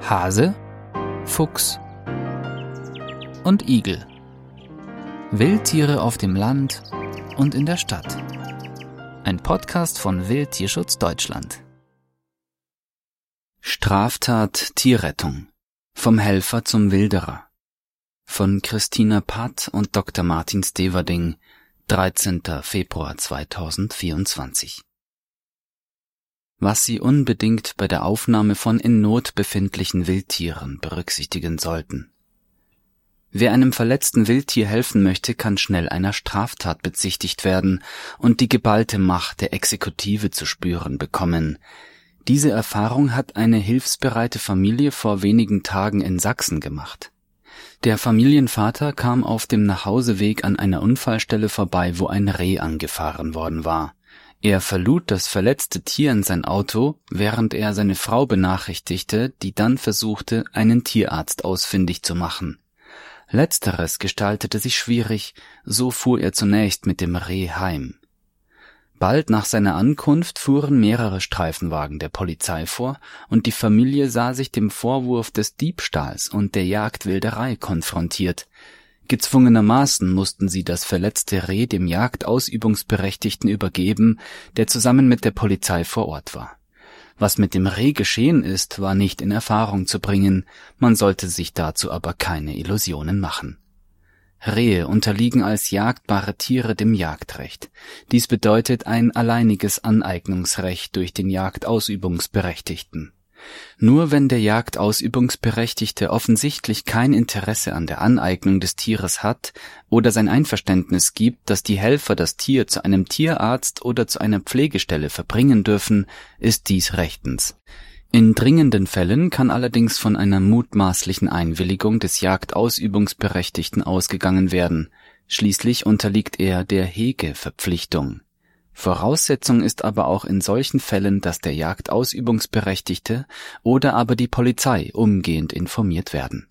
Hase, Fuchs und Igel. Wildtiere auf dem Land und in der Stadt. Ein Podcast von Wildtierschutz Deutschland. Straftat Tierrettung. Vom Helfer zum Wilderer. Von Christina Patt und Dr. Martin Steverding, 13. Februar 2024. Was Sie unbedingt bei der Aufnahme von in Not befindlichen Wildtieren berücksichtigen sollten. Wer einem verletzten Wildtier helfen möchte, kann schnell einer Straftat bezichtigt werden und die geballte Macht der Exekutive zu spüren bekommen. Diese Erfahrung hat eine hilfsbereite Familie vor wenigen Tagen in Sachsen gemacht. Der Familienvater kam auf dem Nachhauseweg an einer Unfallstelle vorbei, wo ein Reh angefahren worden war. Er verlud das verletzte Tier in sein Auto, während er seine Frau benachrichtigte, die dann versuchte, einen Tierarzt ausfindig zu machen. Letzteres gestaltete sich schwierig, so fuhr er zunächst mit dem Reh heim. Bald nach seiner Ankunft fuhren mehrere Streifenwagen der Polizei vor und die Familie sah sich dem Vorwurf des Diebstahls und der Jagdwilderei konfrontiert. Gezwungenermaßen mussten sie das verletzte Reh dem Jagdausübungsberechtigten übergeben, der zusammen mit der Polizei vor Ort war. Was mit dem Reh geschehen ist, war nicht in Erfahrung zu bringen, man sollte sich dazu aber keine Illusionen machen. Rehe unterliegen als jagdbare Tiere dem Jagdrecht. Dies bedeutet ein alleiniges Aneignungsrecht durch den Jagdausübungsberechtigten. Nur wenn der Jagdausübungsberechtigte offensichtlich kein Interesse an der Aneignung des Tieres hat oder sein Einverständnis gibt, dass die Helfer das Tier zu einem Tierarzt oder zu einer Pflegestelle verbringen dürfen, ist dies rechtens. In dringenden Fällen kann allerdings von einer mutmaßlichen Einwilligung des Jagdausübungsberechtigten ausgegangen werden. Schließlich unterliegt er der Hegeverpflichtung. Voraussetzung ist aber auch in solchen Fällen, dass der Jagdausübungsberechtigte oder aber die Polizei umgehend informiert werden.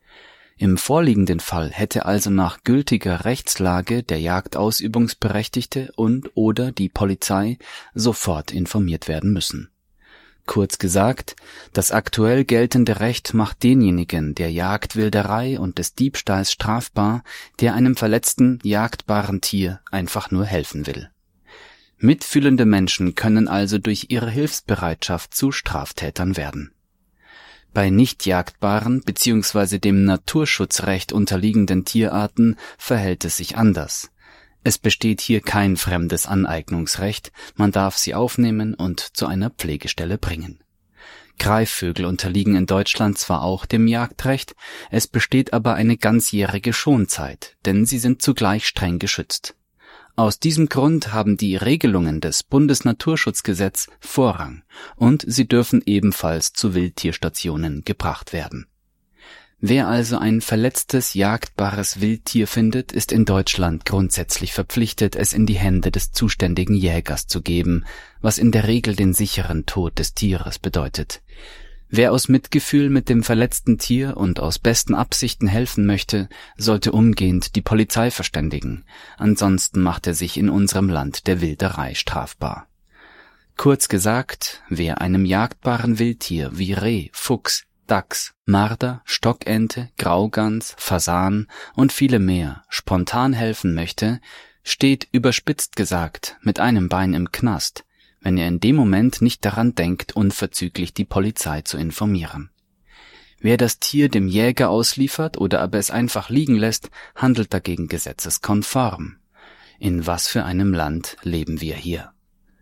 Im vorliegenden Fall hätte also nach gültiger Rechtslage der Jagdausübungsberechtigte und oder die Polizei sofort informiert werden müssen. Kurz gesagt, das aktuell geltende Recht macht denjenigen der Jagdwilderei und des Diebstahls strafbar, der einem verletzten, jagdbaren Tier einfach nur helfen will. Mitfühlende Menschen können also durch ihre Hilfsbereitschaft zu Straftätern werden. Bei nicht jagdbaren bzw. dem Naturschutzrecht unterliegenden Tierarten verhält es sich anders. Es besteht hier kein fremdes Aneignungsrecht, man darf sie aufnehmen und zu einer Pflegestelle bringen. Greifvögel unterliegen in Deutschland zwar auch dem Jagdrecht, es besteht aber eine ganzjährige Schonzeit, denn sie sind zugleich streng geschützt. Aus diesem Grund haben die Regelungen des Bundesnaturschutzgesetz Vorrang und sie dürfen ebenfalls zu Wildtierstationen gebracht werden. Wer also ein verletztes, jagdbares Wildtier findet, ist in Deutschland grundsätzlich verpflichtet, es in die Hände des zuständigen Jägers zu geben, was in der Regel den sicheren Tod des Tieres bedeutet. Wer aus Mitgefühl mit dem verletzten Tier und aus besten Absichten helfen möchte, sollte umgehend die Polizei verständigen, ansonsten macht er sich in unserem Land der Wilderei strafbar. Kurz gesagt, wer einem jagdbaren Wildtier wie Reh, Fuchs, Dachs, Marder, Stockente, Graugans, Fasan und viele mehr spontan helfen möchte, steht überspitzt gesagt mit einem Bein im Knast, wenn er in dem Moment nicht daran denkt, unverzüglich die Polizei zu informieren. Wer das Tier dem Jäger ausliefert oder aber es einfach liegen lässt, handelt dagegen gesetzeskonform. In was für einem Land leben wir hier?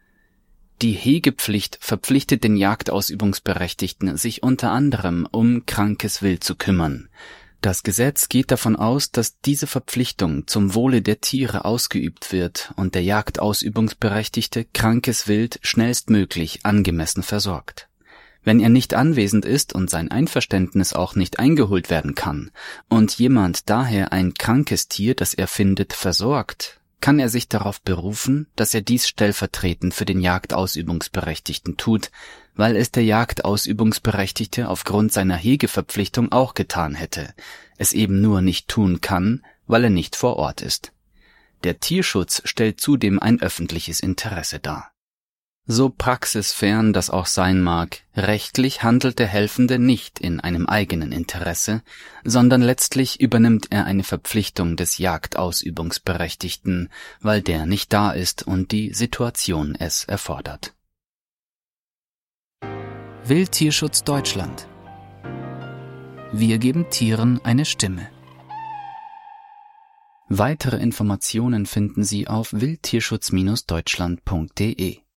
Die Hegepflicht verpflichtet den Jagdausübungsberechtigten, sich unter anderem um krankes Wild zu kümmern. Das Gesetz geht davon aus, dass diese Verpflichtung zum Wohle der Tiere ausgeübt wird und der Jagdausübungsberechtigte krankes Wild schnellstmöglich angemessen versorgt. Wenn er nicht anwesend ist und sein Einverständnis auch nicht eingeholt werden kann und jemand daher ein krankes Tier, das er findet, versorgt, kann er sich darauf berufen, dass er dies stellvertretend für den Jagdausübungsberechtigten tut, weil es der Jagdausübungsberechtigte aufgrund seiner Hegeverpflichtung auch getan hätte, es eben nur nicht tun kann, weil er nicht vor Ort ist. Der Tierschutz stellt zudem ein öffentliches Interesse dar. So praxisfern das auch sein mag, rechtlich handelt der Helfende nicht in einem eigenen Interesse, sondern letztlich übernimmt er eine Verpflichtung des Jagdausübungsberechtigten, weil der nicht da ist und die Situation es erfordert. Wildtierschutz Deutschland. Wir geben Tieren eine Stimme. Weitere Informationen finden Sie auf wildtierschutz-deutschland.de